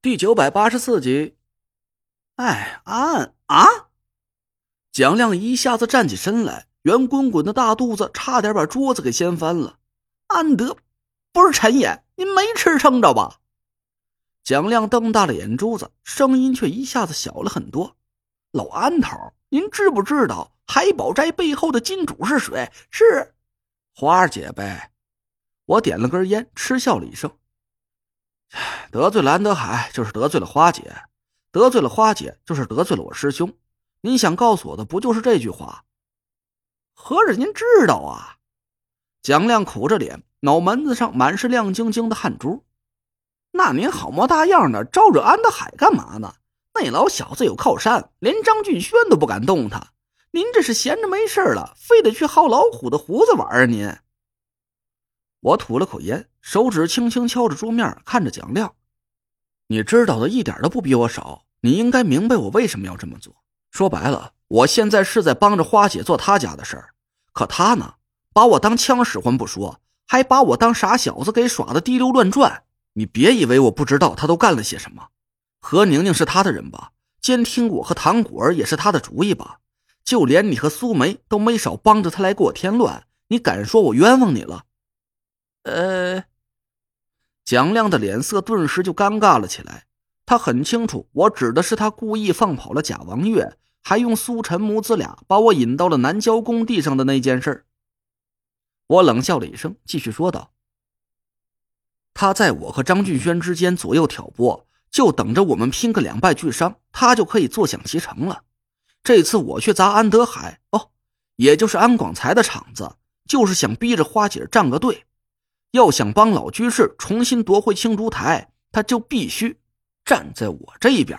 第984集。哎，安啊！蒋亮一下子站起身来，圆滚滚的大肚子差点把桌子给掀翻了。安德，不是陈爷，您没吃撑着吧？蒋亮瞪大了眼珠子，声音却一下子小了很多。老安头，您知不知道海宝斋背后的金主是谁？是花儿姐呗。我点了根烟，嗤笑了一声。得罪了安德海，就是得罪了花姐；得罪了花姐，就是得罪了我师兄。您想告诉我的不就是这句话？合着您知道啊？蒋亮苦着脸，脑门子上满是亮晶晶的汗珠。那您好模大样的招惹安德海干嘛呢？那老小子有靠山，连张俊轩都不敢动他。您这是闲着没事了，非得去薅老虎的胡子玩啊您？我吐了口烟，手指轻轻敲着桌面，看着蒋亮。你知道的一点都不比我少，你应该明白我为什么要这么做。说白了，我现在是在帮着花姐做她家的事儿，可她呢，把我当枪使唤不说，还把我当傻小子给耍得滴溜乱转。你别以为我不知道她都干了些什么。何宁宁是她的人吧？监听我和唐果儿也是她的主意吧？就连你和苏梅都没少帮着她来给我添乱，你敢说我冤枉你了？蒋亮的脸色顿时就尴尬了起来。他很清楚，我指的是他故意放跑了贾王月，还用苏晨母子俩把我引到了南郊工地上的那件事。我冷笑了一声，继续说道：他在我和张俊轩之间左右挑拨，就等着我们拼个两败俱伤，他就可以坐享其成了。这次我去砸安德海，也就是安广才的场子，就是想逼着花姐站个队。要想帮老居士重新夺回青竹台，他就必须站在我这一边。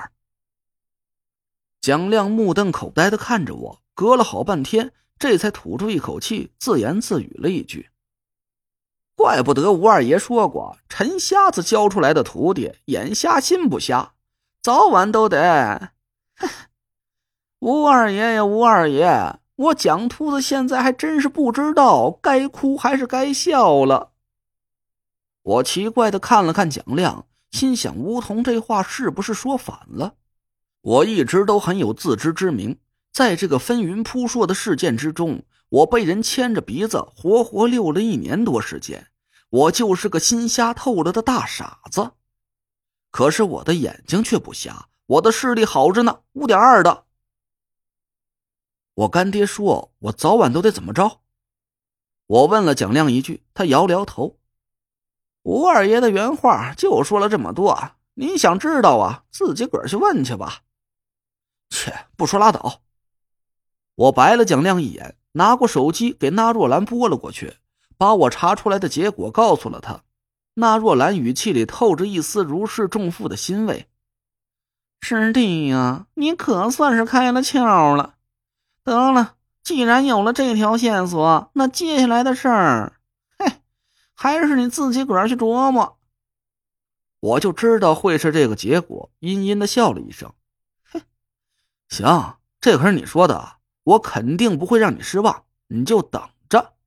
蒋亮目瞪口呆地看着我，隔了好半天，这才吐出一口气，自言自语了一句：怪不得吴二爷说过，陈瞎子教出来的徒弟眼瞎心不瞎，早晚都得吴二爷呀，吴二爷，我蒋秃子现在还真是不知道该哭还是该笑了。我奇怪地看了看蒋亮，心想吴桐这话是不是说反了？我一直都很有自知之明，在这个纷纭扑朔的事件之中，我被人牵着鼻子活活溜了1年多时间，我就是个心瞎透了的大傻子。可是我的眼睛却不瞎，我的视力好着呢，5.2的。我干爹说我早晚都得怎么着？我问了蒋亮一句，他摇了摇头。吴二爷的原话就说了这么多，您想知道啊，自己个儿去问去吧。切，不说拉倒。我白了蒋亮一眼，拿过手机给那若兰拨了过去，把我查出来的结果告诉了他。那若兰语气里透着一丝如释重负的欣慰。师弟呀，你可算是开了窍了。得了，既然有了这条线索，那接下来的事儿还是你自己个儿去琢磨。我就知道会是这个结果，阴阴的笑了一声。行，这可是你说的，我肯定不会让你失望，你就等着。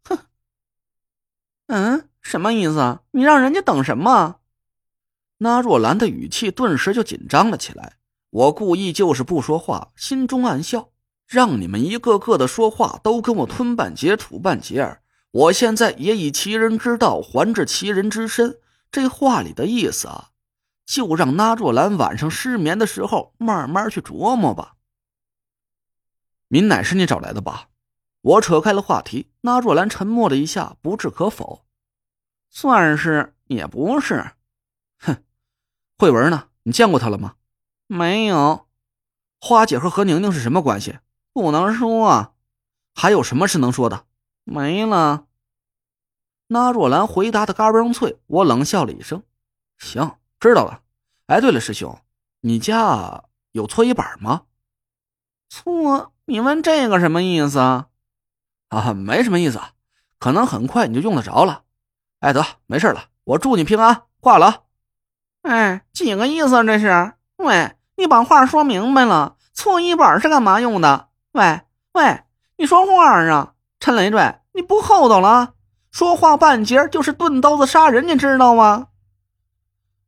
什么意思？你让人家等什么？那若兰的语气顿时就紧张了起来。我故意就是不说话，心中暗笑，让你们一个个的说话都跟我吞半截吐半截。我现在也以其人之道还治其人之身，这话里的意思啊，就让那若兰晚上失眠的时候慢慢去琢磨吧。民乃是你找来的吧？我扯开了话题。那若兰沉默了一下，不置可否。算是也不是。慧文呢？你见过他了吗？没有。花姐和何宁宁是什么关系？不能说啊。还有什么是能说的？没了。那若兰回答的嘎嘣脆，我冷笑了一声。行，知道了。哎，对了，师兄，你家有搓衣板吗？搓？你问这个什么意思啊？没什么意思，可能很快你就用得着了。哎，得，没事了，我祝你平安，挂了啊。几个意思这是？喂，你把话说明白了，搓衣板是干嘛用的？喂，你说话啊！陈累赘，你不厚道了？说话半截就是钝刀子杀人，你知道吗？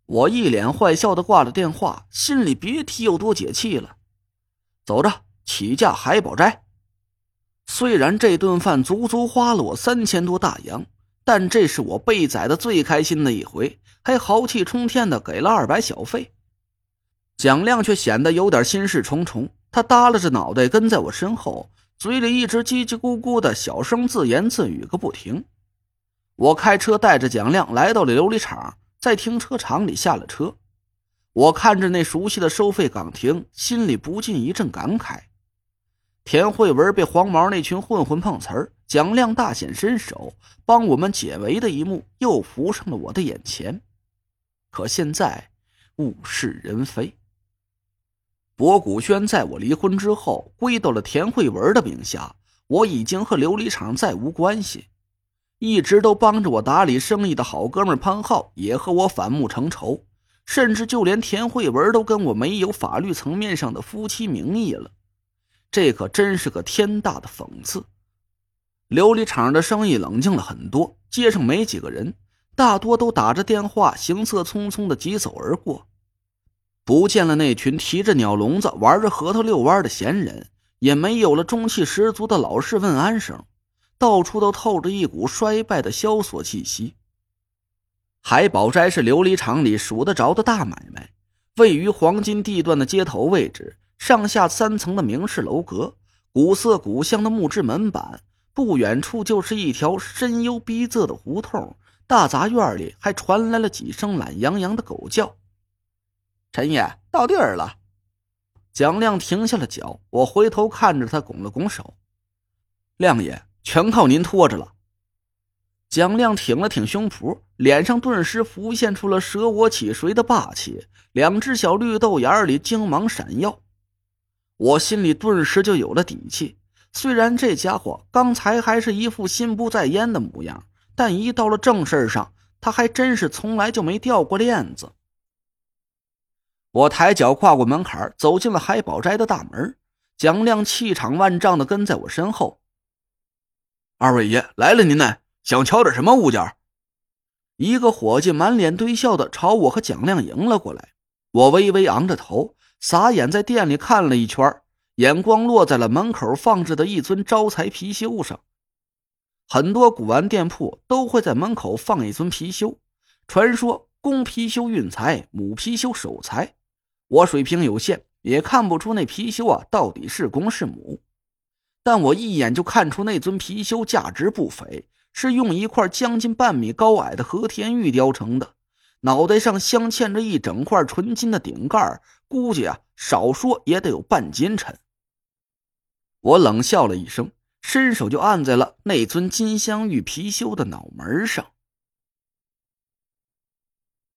我一脸坏笑的挂了电话，心里别提有多解气了。走着，起驾海宝斋。虽然这顿饭足足花了我3000多大洋，但这是我被宰的最开心的一回，还豪气冲天的给了200小费。蒋亮却显得有点心事重重，他耷拉着脑袋跟在我身后，嘴里一直叽叽咕咕的小声自言自语个不停。我开车带着蒋亮来到了琉璃厂，在停车场里下了车。我看着那熟悉的收费岗亭，心里不禁一阵感慨。田慧文被黄毛那群混混碰瓷儿，蒋亮大显身手帮我们解围的一幕又浮上了我的眼前。可现在物是人非，博古轩在我离婚之后归到了田慧文的名下，我已经和琉璃厂再无关系。一直都帮着我打理生意的好哥们潘浩也和我反目成仇，甚至就连田慧文都跟我没有法律层面上的夫妻名义了。这可真是个天大的讽刺。琉璃厂的生意冷静了很多，街上没几个人，大多都打着电话，行色匆匆地疾走而过。不见了那群提着鸟笼子玩着核桃遛弯的闲人，也没有了中气十足的老式问安声，到处都透着一股衰败的萧索气息。海宝斋是琉璃厂里数得着的大买卖，位于黄金地段的街头位置，上下3层的明式楼阁，古色古香的木质门板，不远处就是一条深幽逼仄的胡同，大杂院里还传来了几声懒洋洋的狗叫。陈爷，到地儿了。蒋亮停下了脚，我回头看着他拱了拱手。亮爷，全靠您拖着了。蒋亮挺了挺胸脯，脸上顿时浮现出了舍我其谁的霸气，2只小绿豆眼里精芒闪耀。我心里顿时就有了底气，虽然这家伙刚才还是一副心不在焉的模样，但一到了正事上，他还真是从来就没掉过链子。我抬脚跨过门槛，走进了海宝斋的大门。蒋亮气场万丈的跟在我身后。二位爷，来了您呢，想瞧点什么物件？一个伙计满脸堆笑的朝我和蒋亮迎了过来。我微微昂着头，撒眼在店里看了一圈，眼光落在了门口放置的一尊招财貔貅上。很多古玩店铺都会在门口放一尊貔貅，传说公貔貅运财，母貔貅守财。我水平有限，也看不出那貔貅到底是公是母，但我一眼就看出那尊貔貅价值不菲，是用一块将近半米高矮的和田玉雕成的，脑袋上镶嵌着一整块纯金的顶盖，估计少说也得有半斤沉。我冷笑了一声，伸手就按在了那尊金镶玉貔貅的脑门上。